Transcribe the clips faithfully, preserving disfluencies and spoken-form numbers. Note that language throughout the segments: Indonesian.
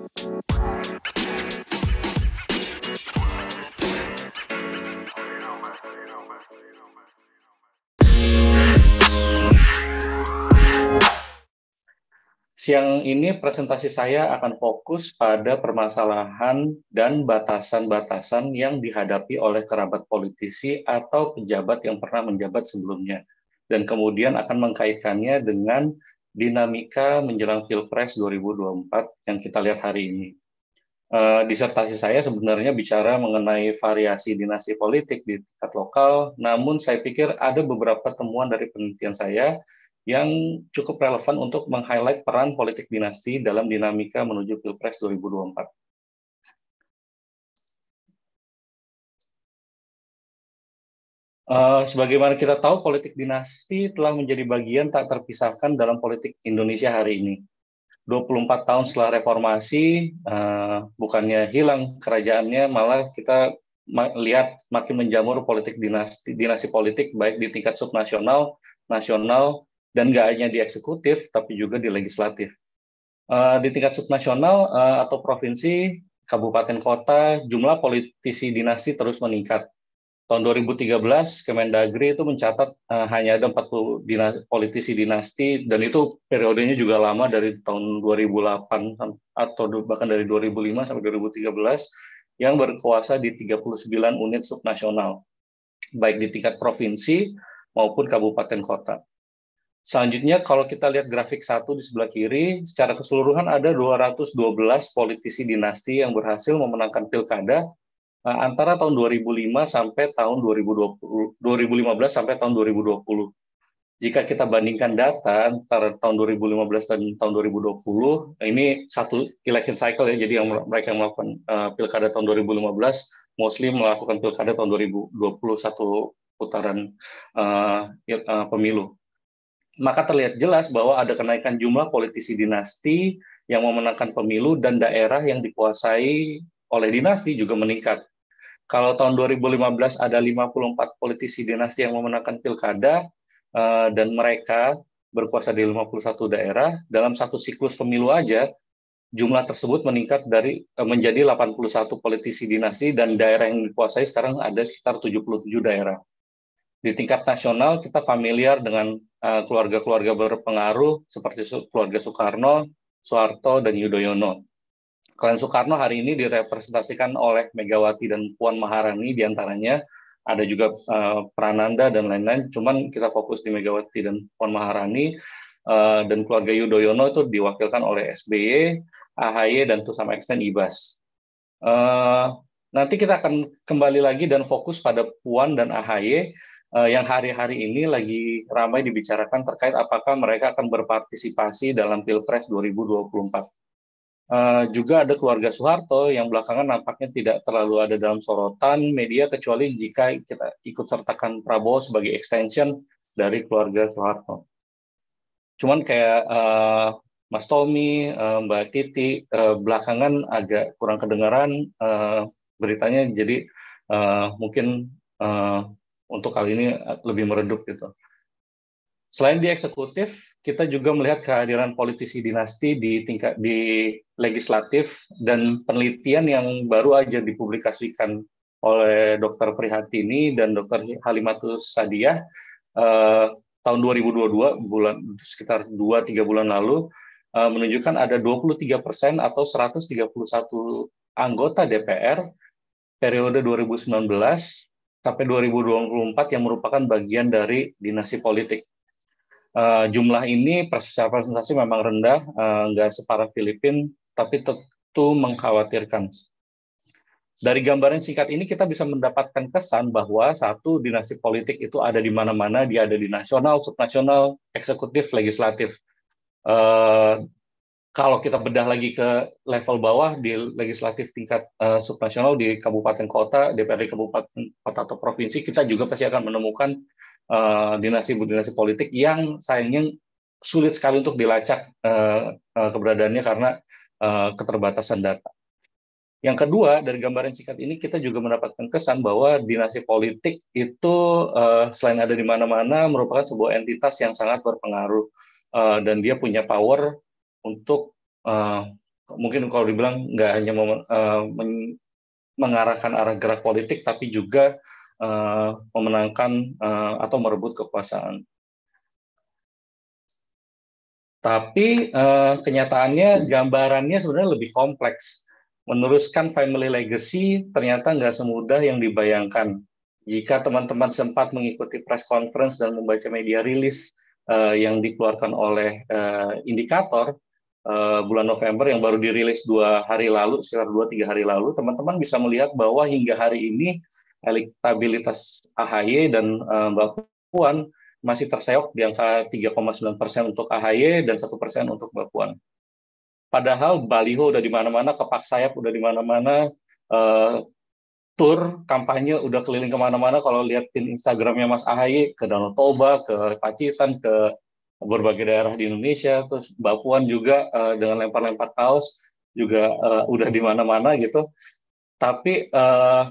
Siang ini presentasi saya akan fokus pada permasalahan dan batasan-batasan yang dihadapi oleh kerabat politisi atau pejabat yang pernah menjabat sebelumnya, dan kemudian akan mengkaitkannya dengan dinamika menjelang Pilpres dua ribu dua puluh empat yang kita lihat hari ini. Uh, disertasi saya sebenarnya bicara mengenai variasi dinasti politik di tingkat lokal, namun saya pikir ada beberapa temuan dari penelitian saya yang cukup relevan untuk meng-highlight peran politik dinasti dalam dinamika menuju Pilpres dua ribu dua puluh empat. Uh, sebagaimana kita tahu, politik dinasti telah menjadi bagian tak terpisahkan dalam politik Indonesia hari ini. dua puluh empat tahun setelah reformasi, uh, bukannya hilang kerajaannya, malah kita ma lihat makin menjamur politik dinasti, dinasti politik baik di tingkat subnasional, nasional, dan nggak hanya di eksekutif, tapi juga di legislatif. Uh, di tingkat subnasional uh, atau provinsi, kabupaten, kota, jumlah politisi dinasti terus meningkat. Tahun dua ribu tiga belas, Kemendagri itu mencatat uh, hanya ada empat puluh dinas, politisi dinasti, dan itu periodenya juga lama dari tahun dua ribu delapan atau bahkan dari dua ribu lima sampai dua ribu tiga belas, yang berkuasa di tiga puluh sembilan unit subnasional, baik di tingkat provinsi maupun kabupaten kota. Selanjutnya, kalau kita lihat grafik satu di sebelah kiri, secara keseluruhan ada dua ratus dua belas politisi dinasti yang berhasil memenangkan pilkada antara tahun dua ribu lima sampai tahun dua ribu dua puluh, dua ribu lima belas sampai tahun dua ribu dua puluh. Jika kita bandingkan data antara tahun dua ribu lima belas dan tahun dua ribu dua puluh, ini satu election cycle ya, jadi yang mereka yang melakukan uh, pilkada tahun dua ribu lima belas, mostly melakukan pilkada tahun dua ribu dua puluh satu putaran uh, uh, pemilu. Maka terlihat jelas bahwa ada kenaikan jumlah politisi dinasti yang memenangkan pemilu, dan daerah yang dikuasai oleh dinasti juga meningkat. Kalau tahun dua ribu lima belas ada lima puluh empat politisi dinasti yang memenangkan pilkada, uh, dan mereka berkuasa di lima puluh satu daerah, dalam satu siklus pemilu aja, jumlah tersebut meningkat dari uh, menjadi delapan puluh satu politisi dinasti, dan daerah yang dikuasai sekarang ada sekitar tujuh puluh tujuh daerah. Di tingkat nasional, kita familiar dengan keluarga-keluarga uh, berpengaruh seperti keluarga Soekarno, Soeharto, dan Yudhoyono. Klan Soekarno hari ini direpresentasikan oleh Megawati dan Puan Maharani diantaranya, ada juga uh, Prananda dan lain-lain, cuman kita fokus di Megawati dan Puan Maharani, uh, dan keluarga Yudhoyono itu diwakilkan oleh S B Y, A H Y, dan to some extent Ibas. Uh, nanti kita akan kembali lagi dan fokus pada Puan dan A H Y, uh, yang hari-hari ini lagi ramai dibicarakan terkait apakah mereka akan berpartisipasi dalam Pilpres dua ribu dua puluh empat. Uh, juga ada keluarga Soeharto yang belakangan nampaknya tidak terlalu ada dalam sorotan media, kecuali jika kita ikut sertakan Prabowo sebagai extension dari keluarga Soeharto. Cuman kayak uh, Mas Tommy, uh, Mbak Titi, uh, belakangan agak kurang kedengaran uh, beritanya, jadi uh, mungkin uh, untuk kali ini lebih meredup gitu. Selain di eksekutif, kita juga melihat kehadiran politisi dinasti di tingkat di legislatif, dan penelitian yang baru aja dipublikasikan oleh Dokter Prihatini dan Dokter Halimatus Sadiah eh, tahun dua ribu dua puluh dua, bulan sekitar dua tiga bulan lalu, eh, menunjukkan ada dua puluh tiga persen atau seratus tiga puluh satu anggota D P R periode dua ribu sembilan belas sampai dua ribu dua puluh empat yang merupakan bagian dari dinasti politik. Uh, jumlah ini secara presentasi memang rendah, uh, nggak separah Filipina, tapi tentu mengkhawatirkan. Dari gambaran singkat ini kita bisa mendapatkan kesan bahwa satu, dinasti politik itu ada di mana-mana, dia ada di nasional, subnasional, eksekutif, legislatif. Uh, kalau kita bedah lagi ke level bawah di legislatif tingkat uh, subnasional di kabupaten kota, D P R D kabupaten kota atau provinsi, kita juga pasti akan menemukan Uh, dinasti-dinasti politik yang sayangnya sulit sekali untuk dilacak uh, uh, keberadaannya karena uh, keterbatasan data. Yang kedua, dari gambaran singkat ini kita juga mendapatkan kesan bahwa dinasti politik itu uh, selain ada di mana-mana, merupakan sebuah entitas yang sangat berpengaruh, uh, dan dia punya power untuk uh, mungkin kalau dibilang nggak hanya mem, uh, men, mengarahkan arah gerak politik, tapi juga uh, memenangkan uh, atau merebut kekuasaan. Tapi uh, kenyataannya gambarannya sebenarnya lebih kompleks. Meneruskan family legacy ternyata nggak semudah yang dibayangkan. Jika teman-teman sempat mengikuti press conference dan membaca media rilis uh, yang dikeluarkan oleh uh, Indikator uh, bulan November yang baru dirilis dua hari lalu, sekitar dua tiga hari lalu, teman-teman bisa melihat bahwa hingga hari ini elektabilitas A H Y dan uh, Mbak Puan masih terseok di angka tiga koma sembilan persen untuk A H Y dan satu persen untuk Mbak Puan. Padahal baliho udah di mana-mana, kepak sayap udah di mana-mana, uh, tur kampanye udah keliling kemana-mana. Kalau lihatin Instagramnya Mas A H Y, ke Danau Toba, ke Pacitan, ke berbagai daerah di Indonesia. Terus Mbak Puan juga uh, dengan lempar-lempar kaos juga uh, udah di mana-mana gitu. Tapi uh,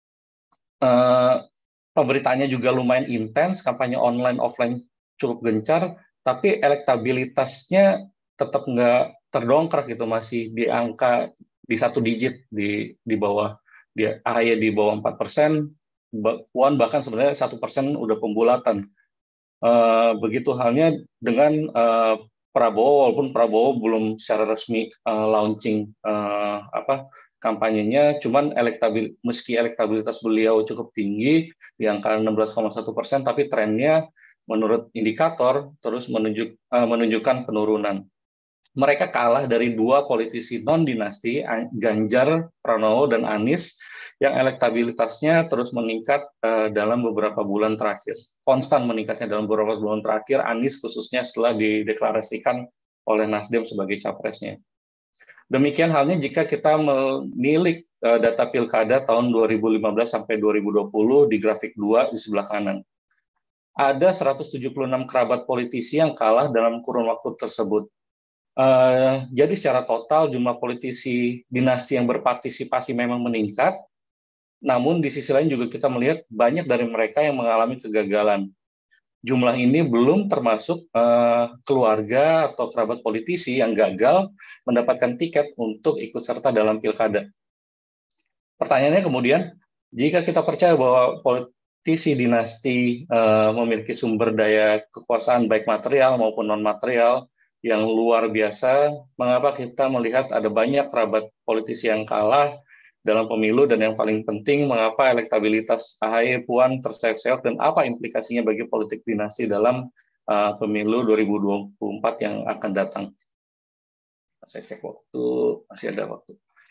uh, pemberitaannya juga lumayan intens, kampanye online offline cukup gencar, tapi elektabilitasnya tetap nggak terdongkrak gitu, masih di angka di satu digit di di bawah dia A H Y di bawah empat persen, Puan bahkan sebenarnya satu persen udah pembulatan. Uh, begitu halnya dengan uh, Prabowo, walaupun Prabowo belum secara resmi uh, launching uh, apa kampanyenya, cuman elektabil meski elektabilitas beliau cukup tinggi di angka enam belas koma satu persen, tapi trennya menurut indikator terus menunjuk, uh, menunjukkan penurunan. Mereka kalah dari dua politisi non-dinasti, Ganjar Pranowo dan Anies, yang elektabilitasnya terus meningkat uh, dalam beberapa bulan terakhir. Konstan meningkatnya dalam beberapa bulan terakhir, Anies khususnya setelah dideklarasikan oleh Nasdem sebagai capresnya. Demikian halnya jika kita menilik uh, data pilkada tahun dua ribu lima belas sampai dua ribu dua puluh di grafik dua di sebelah kanan. Ada seratus tujuh puluh enam kerabat politisi yang kalah dalam kurun waktu tersebut. Uh, jadi secara total jumlah politisi dinasti yang berpartisipasi memang meningkat, namun di sisi lain juga kita melihat banyak dari mereka yang mengalami kegagalan. Jumlah ini belum termasuk uh, keluarga atau kerabat politisi yang gagal mendapatkan tiket untuk ikut serta dalam pilkada. Pertanyaannya kemudian, jika kita percaya bahwa politisi dinasti uh, memiliki sumber daya kekuasaan baik material maupun non-material yang luar biasa, mengapa kita melihat ada banyak kerabat politisi yang kalah dalam pemilu, dan yang paling penting, mengapa elektabilitas A H Y Puan terseok-seok, dan apa implikasinya bagi politik dinasti dalam uh, pemilu dua ribu dua puluh empat yang akan datang. Saya cek waktu, masih ada waktu.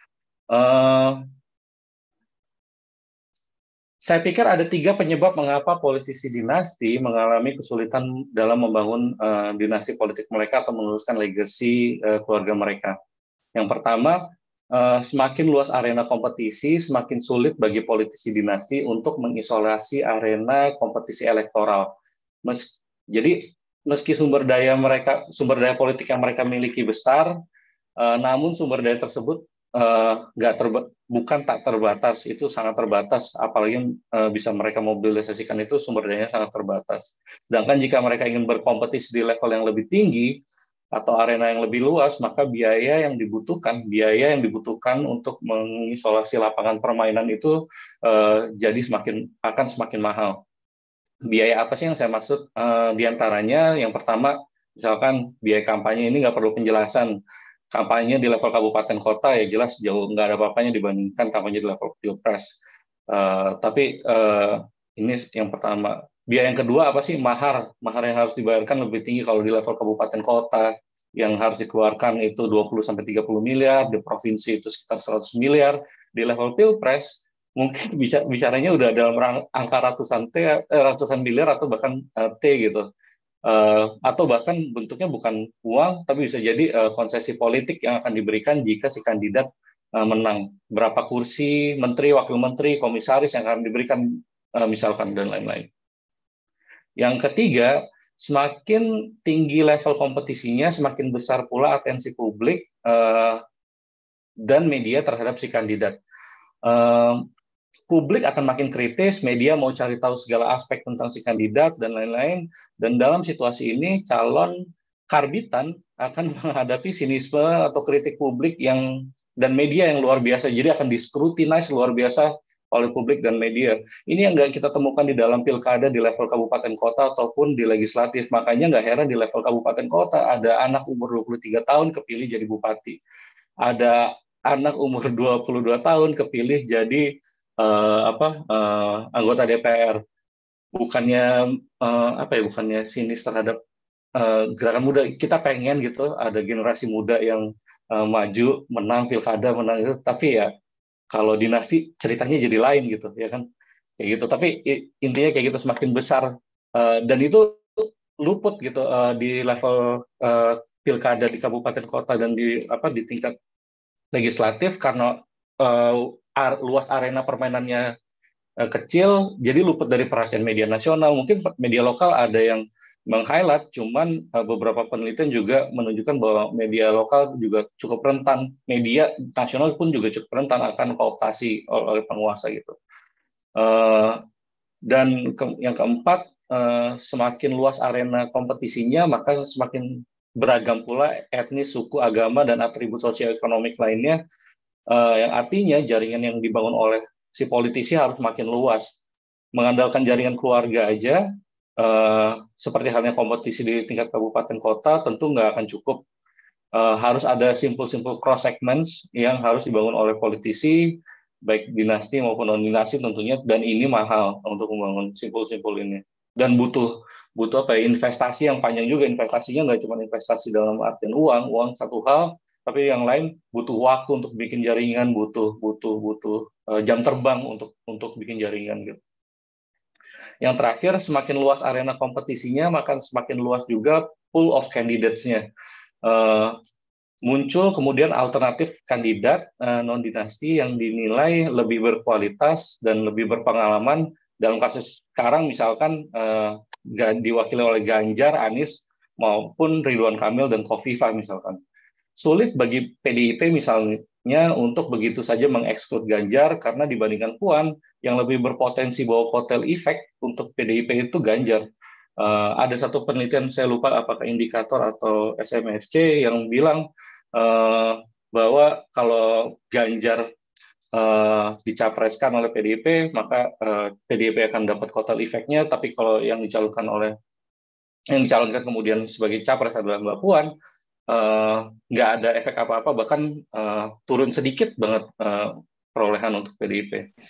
Uh, Saya pikir ada tiga penyebab mengapa politisi dinasti mengalami kesulitan dalam membangun uh, dinasti politik mereka atau meneruskan legasi uh, keluarga mereka. Yang pertama, uh, semakin luas arena kompetisi, semakin sulit bagi politisi dinasti untuk mengisolasi arena kompetisi elektoral. Mes jadi meski sumber daya mereka, sumber daya politik yang mereka miliki besar, uh, namun sumber daya tersebut nggak uh, terba bukan tak terbatas, itu sangat terbatas, apalagi uh, bisa mereka mobilisasikan itu sumber dayanya sangat terbatas. Sedangkan jika mereka ingin berkompetisi di level yang lebih tinggi atau arena yang lebih luas, maka biaya yang dibutuhkan, biaya yang dibutuhkan untuk mengisolasi lapangan permainan itu uh, jadi semakin akan semakin mahal. Biaya apa sih yang saya maksud? Uh, di antaranya yang pertama, misalkan biaya kampanye ini nggak perlu penjelasan. Kampanye di level kabupaten kota ya jelas jauh nggak ada apa-apanya dibandingkan kampanye di level pilpres. Uh, tapi uh, ini yang pertama. Biaya yang kedua apa sih? Mahar. Mahar yang harus dibayarkan lebih tinggi kalau di level kabupaten kota, yang harus dikeluarkan itu dua puluh sampai tiga puluh miliar, di provinsi itu sekitar seratus miliar, di level pilpres mungkin bisa bicaranya udah dalam angka ratusan T, eh, ratusan miliar atau bahkan uh, T gitu. Uh, atau bahkan bentuknya bukan uang, tapi bisa jadi uh, konsesi politik yang akan diberikan jika si kandidat uh, menang. Berapa kursi menteri, wakil menteri, komisaris yang akan diberikan, uh, misalkan, dan lain-lain. Yang ketiga, semakin tinggi level kompetisinya, semakin besar pula atensi publik uh, dan media terhadap si kandidat. Uh, publik akan makin kritis, media mau cari tahu segala aspek tentang si kandidat dan lain-lain. Dan dalam situasi ini, calon karbitan akan menghadapi sinisme atau kritik publik yang dan media yang luar biasa. Jadi akan discrutinize luar biasa oleh publik dan media. Ini yang nggak kita temukan di dalam pilkada di level kabupaten kota ataupun di legislatif. Makanya nggak heran di level kabupaten kota ada anak umur dua puluh tiga tahun kepilih jadi bupati. Ada anak umur dua puluh dua tahun kepilih jadi uh, apa uh, anggota D P R. Bukannya uh, apa ya bukannya sinis terhadap uh, gerakan muda. Kita pengen gitu ada generasi muda yang uh, maju menang pilkada menang itu, tapi ya kalau dinasti ceritanya jadi lain gitu ya kan kayak gitu. Tapi intinya kayak gitu semakin besar uh, dan itu luput gitu uh, di level uh, pilkada di kabupaten kota dan di apa di tingkat legislatif karena uh, ar, luas arena permainannya uh, kecil, jadi luput dari perhatian media nasional. Mungkin media lokal ada yang meng-highlight, cuman uh, beberapa penelitian juga menunjukkan bahwa media lokal juga cukup rentan, media nasional pun juga cukup rentan akan kooptasi oleh penguasa gitu. Uh, dan ke yang keempat, uh, semakin luas arena kompetisinya, maka semakin beragam pula etnis, suku, agama, dan atribut sosioekonomik lainnya, uh, yang artinya jaringan yang dibangun oleh si politisi harus makin luas. Mengandalkan jaringan keluarga aja, Uh, seperti halnya kompetisi di tingkat kabupaten kota tentu nggak akan cukup. Uh, harus ada simpul-simpul cross segments yang harus dibangun oleh politisi, baik dinasti maupun non dinasti tentunya, dan ini mahal untuk membangun simpul-simpul ini. Dan butuh butuh apa ya, investasi yang panjang juga. Investasinya nggak cuma investasi dalam artian uang, uang satu hal, tapi yang lain butuh waktu untuk bikin jaringan, butuh butuh butuh uh, jam terbang untuk untuk bikin jaringan gitu. Yang terakhir, semakin luas arena kompetisinya, maka semakin luas juga pool of candidates-nya. Uh, muncul kemudian alternatif kandidat uh, non-dinasti yang dinilai lebih berkualitas dan lebih berpengalaman. Dalam kasus sekarang misalkan uh, diwakili oleh Ganjar, Anies, maupun Ridwan Kamil dan Khofifah misalkan. Sulit bagi P D I P misalnya untuk begitu saja mengeksklud Ganjar karena dibandingkan Puan yang lebih berpotensi bawa kotel efek untuk P D I P itu Ganjar. Uh, ada satu penelitian saya lupa apakah indikator atau S M R C yang bilang uh, bahwa kalau Ganjar uh, dicapreskan oleh P D I P maka uh, P D I P akan dapat kotel efeknya, tapi kalau yang dicalonkan oleh yang dicalonkan kemudian sebagai capres adalah Mbak Puan, nggak uh, ada efek apa-apa, bahkan uh, turun sedikit banget uh, perolehan untuk P D I P.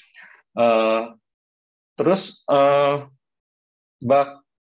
Uh, terus uh, bak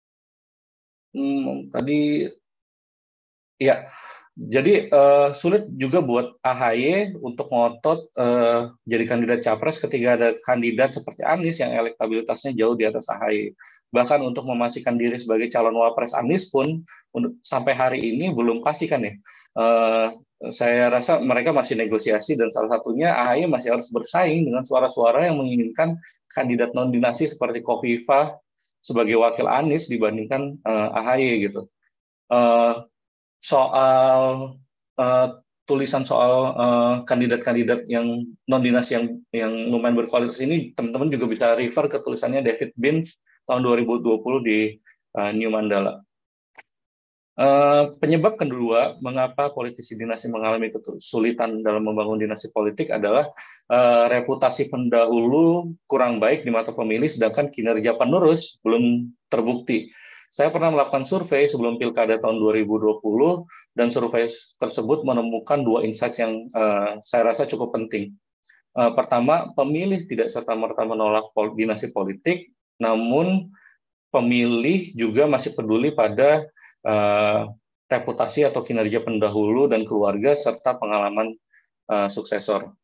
hmm, tadi ya, jadi uh, sulit juga buat A H Y untuk ngotot uh, jadi kandidat capres ketika ada kandidat seperti Anies yang elektabilitasnya jauh di atas A H Y. Bahkan untuk memastikan diri sebagai calon wapres Anies pun sampai hari ini belum pastikan ya. Uh, saya rasa mereka masih negosiasi dan salah satunya A H Y masih harus bersaing dengan suara-suara yang menginginkan kandidat non dinasti seperti Khofifah sebagai wakil Anies dibandingkan uh, A H Y gitu. Uh, soal uh, tulisan soal uh, kandidat-kandidat yang non dinasti yang yang lumayan berkualitas ini, teman-teman juga bisa refer ke tulisannya David Bin tahun dua ribu dua puluh di uh, New Mandala. Uh, penyebab kedua mengapa politisi dinasti mengalami kesulitan dalam membangun dinasti politik adalah uh, reputasi pendahulu kurang baik di mata pemilih, sedangkan kinerja penerus belum terbukti. Saya pernah melakukan survei sebelum pilkada tahun dua ribu dua puluh dan survei tersebut menemukan dua insights yang uh, saya rasa cukup penting. Uh, pertama, pemilih tidak serta-merta menolak pol dinasti politik, namun pemilih juga masih peduli pada Uh, reputasi atau kinerja pendahulu dan keluarga serta pengalaman uh, suksesor.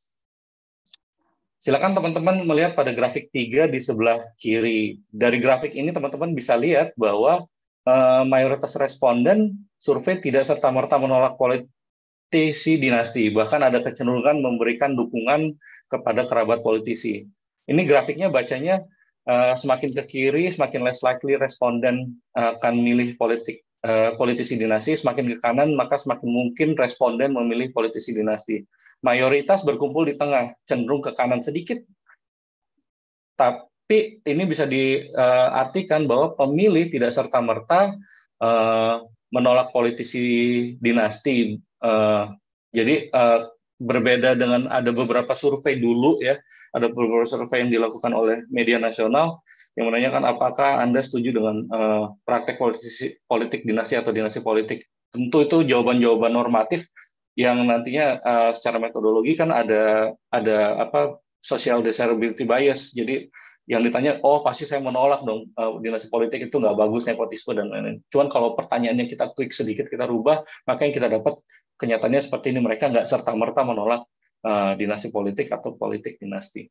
Silakan teman-teman melihat pada grafik tiga di sebelah kiri. Dari grafik ini teman-teman bisa lihat bahwa uh, mayoritas responden survei tidak serta-merta menolak politisi dinasti, bahkan ada kecenderungan memberikan dukungan kepada kerabat politisi. Ini grafiknya bacanya Uh, semakin ke kiri, semakin less likely responden uh, akan milih politik uh, politisi dinasti, semakin ke kanan, maka semakin mungkin responden memilih politisi dinasti. Mayoritas berkumpul di tengah, cenderung ke kanan sedikit. Tapi ini bisa diartikan uh, bahwa pemilih tidak serta-merta uh, menolak politisi dinasti. Uh, jadi uh, berbeda dengan ada beberapa survei dulu ya, ada beberapa survei yang dilakukan oleh media nasional yang menanyakan apakah Anda setuju dengan uh, praktek politisi, politik dinasti atau dinasti politik. Tentu itu jawaban-jawaban normatif yang nantinya uh, secara metodologi kan ada ada apa social desirability bias. Jadi yang ditanya, oh pasti saya menolak dong, uh, dinasti politik itu nggak bagus, nepotisme dan lain-lain. Cuman kalau pertanyaannya kita tweak sedikit, kita rubah, maka yang kita dapat kenyataannya seperti ini, mereka nggak serta-merta menolak uh, dinasti politik atau politik dinasti.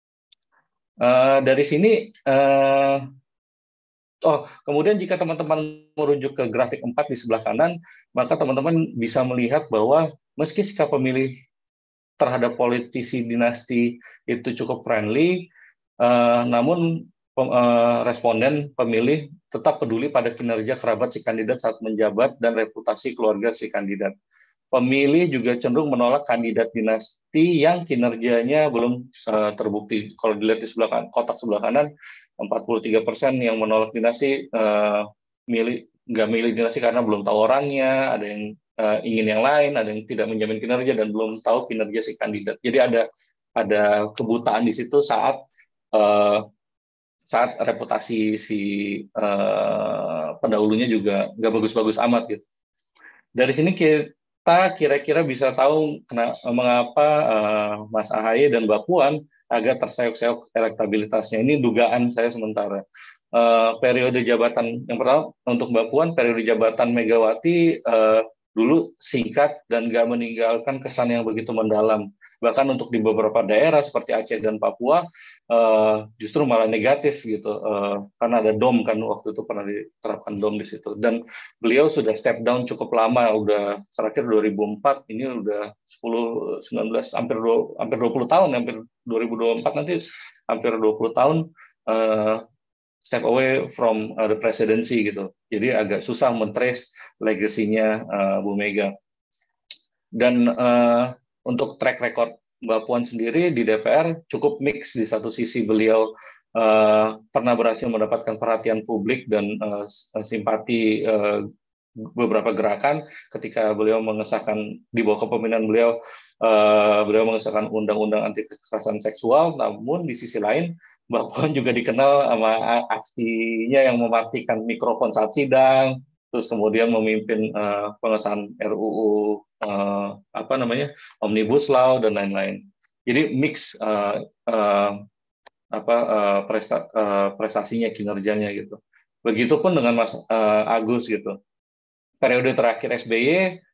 Uh, dari sini, uh, oh kemudian jika teman-teman merujuk ke grafik empat di sebelah kanan, maka teman-teman bisa melihat bahwa meski sikap pemilih terhadap politisi dinasti itu cukup friendly, uh, namun uh, responden pemilih tetap peduli pada kinerja kerabat si kandidat saat menjabat dan reputasi keluarga si kandidat. Pemilih juga cenderung menolak kandidat dinasti yang kinerjanya belum uh, terbukti. Kalau dilihat di sebelah kanan, kotak sebelah kanan, empat puluh tiga persen yang menolak dinasti uh, milih nggak milih dinasti karena belum tahu orangnya, ada yang uh, ingin yang lain, ada yang tidak menjamin kinerja dan belum tahu kinerja si kandidat. Jadi ada ada kebutaan di situ saat uh, saat reputasi si uh, pendahulunya juga nggak bagus-bagus amat gitu. Dari sini kita kira-kira bisa tahu kenapa, mengapa uh, Mas Ahaye dan Mbak Puan agak terseok-seok elektabilitasnya. Ini dugaan saya sementara. Uh, periode jabatan yang pertama untuk Mbak Puan, periode jabatan Megawati uh, dulu singkat dan nggak meninggalkan kesan yang begitu mendalam. Bahkan untuk di beberapa daerah seperti Aceh dan Papua uh, justru malah negatif gitu, uh, karena ada dom kan waktu itu pernah diterapkan dom di situ. Dan beliau sudah step down cukup lama, udah terakhir dua ribu empat, ini udah sepuluh, sembilan belas, hampir dua, hampir dua puluh tahun, hampir dua ribu dua puluh empat nanti hampir dua puluh tahun uh, step away from uh, the presidency gitu. Jadi agak susah mentrace legasinya uh, Bu Mega. Dan uh, untuk track record Mbak Puan sendiri di D P R cukup mix. Di satu sisi beliau uh, pernah berhasil mendapatkan perhatian publik dan uh, simpati uh, beberapa gerakan ketika beliau mengesahkan di bawah kepemimpinan beliau uh, beliau mengesahkan undang-undang anti kekerasan seksual. Namun di sisi lain Mbak Puan juga dikenal sama aksinya yang mematikan mikrofon saat sidang, terus kemudian memimpin uh, pengesahan R U U uh, apa namanya Omnibus Law dan lain-lain. Jadi mix uh, uh, apa uh, presta, uh, prestasinya, kinerjanya gitu. Begitupun dengan Mas uh, Agus gitu. Periode terakhir S B Y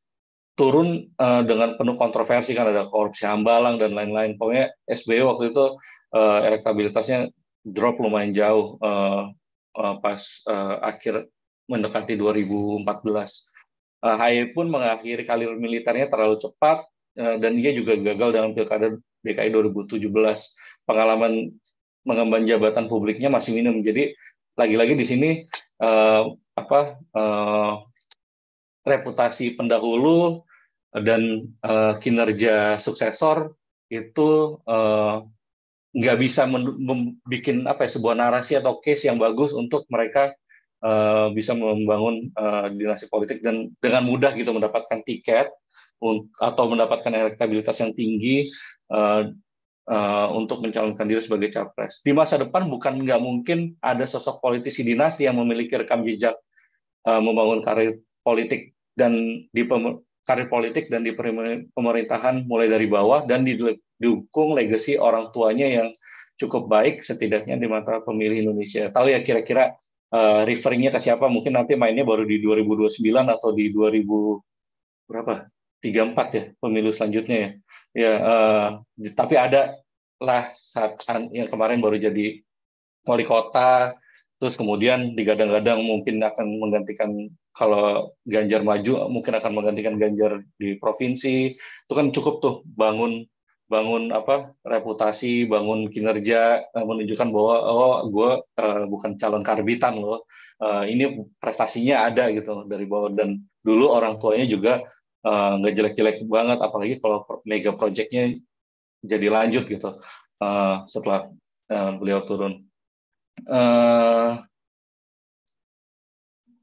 turun uh, dengan penuh kontroversi, kan ada korupsi hambalang dan lain-lain. Pokoknya S B Y waktu itu uh, elektabilitasnya drop lumayan jauh uh, uh, pas uh, akhir mendekati dua ribu empat belas. Uh, Ahy pun mengakhiri karir militernya terlalu cepat uh, dan dia juga gagal dalam pilkada D K I dua ribu tujuh belas. Pengalaman mengemban jabatan publiknya masih minim. Jadi lagi-lagi di sini uh, apa uh, reputasi pendahulu dan uh, kinerja suksesor itu uh, nggak bisa membuat apa ya, sebuah narasi atau case yang bagus untuk mereka uh, bisa membangun uh, dinasti politik dan dengan mudah gitu mendapatkan tiket atau mendapatkan elektabilitas yang tinggi uh, uh, untuk mencalonkan diri sebagai capres. Di masa depan bukan nggak mungkin ada sosok politisi dinasti yang memiliki rekam jejak uh, membangun karir politik dan di karir politik dan di pemerintahan mulai dari bawah dan didukung legasi orang tuanya yang cukup baik setidaknya di mata pemilih Indonesia. Tahu ya kira-kira uh, referringnya ke siapa? Mungkin nanti mainnya baru di dua ribu dua puluh sembilan atau di dua ribu berapa? tiga puluh empat ya pemilu selanjutnya ya. Ya, uh, tapi ada lah saat yang kemarin baru jadi wali kota, terus kemudian digadang-gadang mungkin akan menggantikan, kalau Ganjar maju mungkin akan menggantikan Ganjar di provinsi. Itu kan cukup tuh bangun bangun apa reputasi, bangun kinerja, menunjukkan bahwa oh gue uh, bukan calon karbitan loh, uh, ini prestasinya ada gitu dari bawah. Dan dulu orang tuanya juga nggak uh, jelek-jelek banget, apalagi kalau mega projectnya jadi lanjut gitu uh, setelah uh, beliau turun. Uh,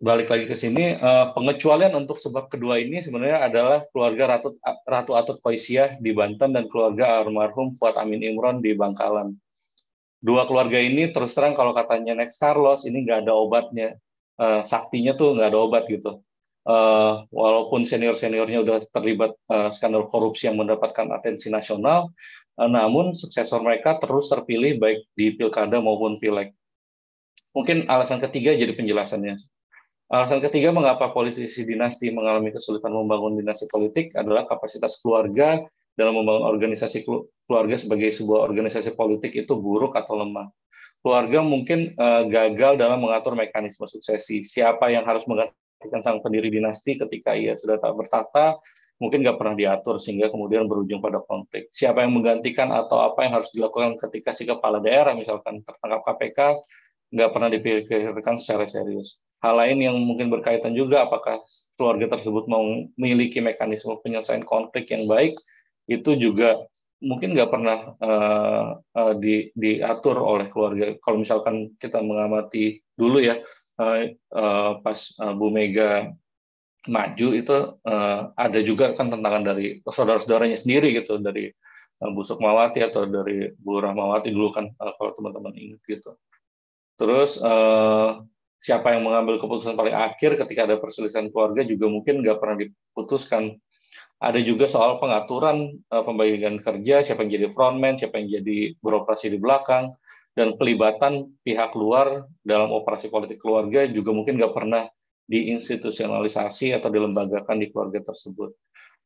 balik lagi ke sini, uh, pengecualian untuk sebab kedua ini sebenarnya adalah keluarga Ratu, Ratu Atut Koisiah di Banten dan keluarga almarhum Fuad Amin Imron di Bangkalan. Dua keluarga ini terus terang kalau katanya Next Carlos ini nggak ada obatnya, uh, saktinya tuh nggak ada obat gitu. Uh, walaupun senior-seniornya udah terlibat uh, skandal korupsi yang mendapatkan atensi nasional, uh, namun suksesor mereka terus terpilih baik di pilkada maupun pileg. Mungkin alasan ketiga jadi penjelasannya. Alasan ketiga mengapa politisi dinasti mengalami kesulitan membangun dinasti politik adalah kapasitas keluarga dalam membangun organisasi keluarga sebagai sebuah organisasi politik itu buruk atau lemah. Keluarga mungkin uh, gagal dalam mengatur mekanisme suksesi. Siapa yang harus menggantikan sang pendiri dinasti ketika ia sudah tak bertahta, mungkin nggak pernah diatur sehingga kemudian berujung pada konflik. Siapa yang menggantikan atau apa yang harus dilakukan ketika si kepala daerah misalkan tertangkap K P K, nggak pernah dipikirkan secara serius. Hal lain yang mungkin berkaitan juga apakah keluarga tersebut mau memiliki mekanisme penyelesaian konflik yang baik, itu juga mungkin nggak pernah uh, uh, di, diatur oleh keluarga. Kalau misalkan kita mengamati dulu ya, uh, uh, pas uh, Bu Mega maju itu uh, ada juga kan tantangan dari saudara-saudaranya sendiri gitu, dari uh, Bu Sukmawati atau dari Bu Rahmawati dulu kan, uh, kalau teman-teman ingat gitu. Terus uh, siapa yang mengambil keputusan paling akhir ketika ada perselisihan keluarga juga mungkin nggak pernah diputuskan. Ada juga soal pengaturan uh, pembagian kerja, siapa yang jadi frontman, siapa yang jadi beroperasi di belakang, dan pelibatan pihak luar dalam operasi politik keluarga juga mungkin nggak pernah diinstitusionalisasi atau dilembagakan di keluarga tersebut.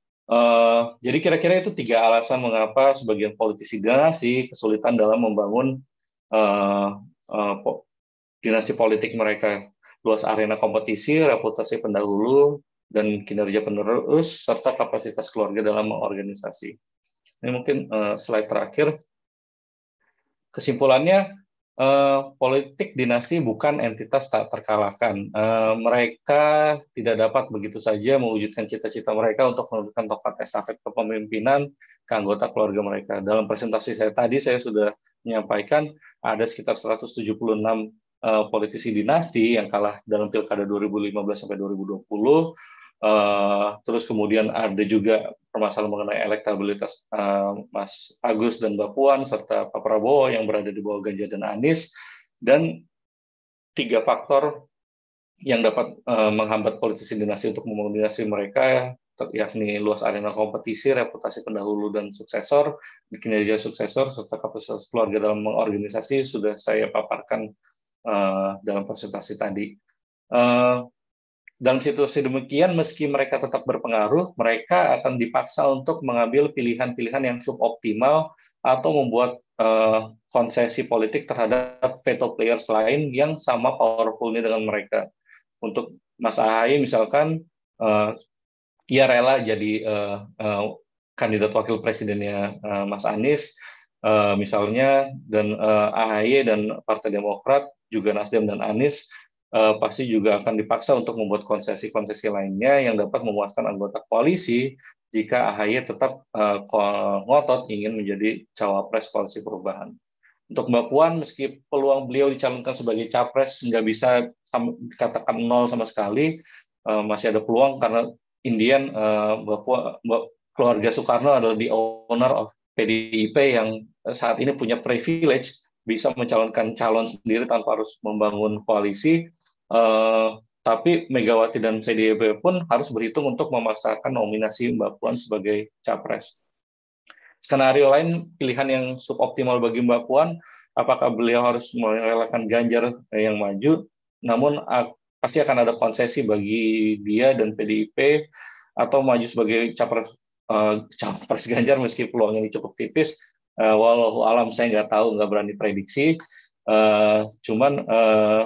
Uh, jadi kira-kira itu tiga alasan mengapa sebagian politisi dinasti kesulitan dalam membangun uh, uh, dinasti politik mereka. Luas arena kompetisi, reputasi pendahulu, dan kinerja penerus, serta kapasitas keluarga dalam mengorganisasi. Ini mungkin uh, slide terakhir. Kesimpulannya, uh, politik dinasti bukan entitas tak terkalahkan. Uh, mereka tidak dapat begitu saja mewujudkan cita-cita mereka untuk menentukan tongkat estafet kepemimpinan ke anggota keluarga mereka. Dalam presentasi saya tadi, saya sudah menyampaikan ada sekitar seratus tujuh puluh enam uh, politisi dinasti yang kalah dalam pilkada dua ribu lima belas sampai dua ribu dua puluh. Uh, terus kemudian ada juga permasalahan mengenai elektabilitas uh, Mas Agus dan Mbak Puan serta Pak Prabowo yang berada di bawah Ganjar dan Anies, dan tiga faktor yang dapat uh, menghambat politisi dinasti untuk membangun dinasti mereka, yakni luas arena kompetisi, reputasi pendahulu dan suksesor, kinerja suksesor, serta kapasitas keluarga dalam mengorganisasi sudah saya paparkan uh, dalam presentasi tadi. Uh, Dalam situasi demikian, meski mereka tetap berpengaruh, mereka akan dipaksa untuk mengambil pilihan-pilihan yang suboptimal atau membuat uh, konsesi politik terhadap veto players lain yang sama powerfulnya dengan mereka. Untuk Mas Ahaye misalkan, uh, ia rela jadi uh, uh, kandidat wakil presidennya uh, Mas Anies, uh, misalnya, dan uh, Ahaye dan Partai Demokrat, juga Nasdem dan Anies, Uh, pasti juga akan dipaksa untuk membuat konsesi-konsesi lainnya yang dapat memuaskan anggota koalisi jika Ahaye tetap uh, ngotot ingin menjadi cawapres koalisi perubahan. Untuk Mbak Puan, meski peluang beliau dicalonkan sebagai capres nggak bisa dikatakan nol sama sekali, uh, masih ada peluang karena Indian uh, Mbak Puan, Mbak, keluarga Soekarno adalah the owner of P D I P yang saat ini punya privilege bisa mencalonkan calon sendiri tanpa harus membangun koalisi. Uh, tapi Megawati dan C D I P pun harus berhitung untuk memaksakan nominasi Mbak Puan sebagai capres. Skenario lain, pilihan yang suboptimal bagi Mbak Puan, apakah beliau harus merelakan Ganjar yang maju, namun uh, pasti akan ada konsesi bagi dia dan P D I P, atau maju sebagai capres, uh, capres Ganjar meski peluangnya ini cukup tipis. Uh, walau alam saya nggak tahu, nggak berani prediksi. Uh, cuman uh,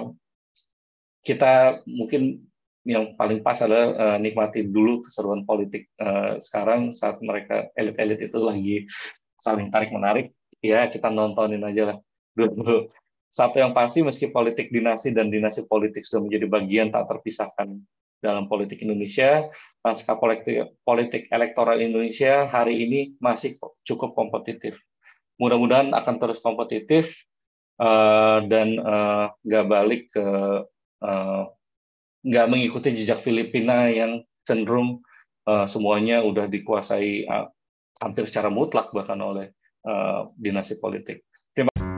kita mungkin yang paling pas adalah uh, nikmati dulu keseruan politik uh, sekarang saat mereka elit-elit itu lagi saling tarik-menarik, ya kita nontonin aja lah dulu. Satu yang pasti, meski politik dinasti dan dinasti politik sudah menjadi bagian tak terpisahkan dalam politik Indonesia, pasca politik, politik elektoral Indonesia hari ini masih cukup kompetitif. Mudah-mudahan akan terus kompetitif uh, dan nggak uh, balik ke uh, nggak mengikuti jejak Filipina yang cenderung uh, semuanya udah dikuasai uh, hampir secara mutlak bahkan oleh uh, dinasti politik. Terima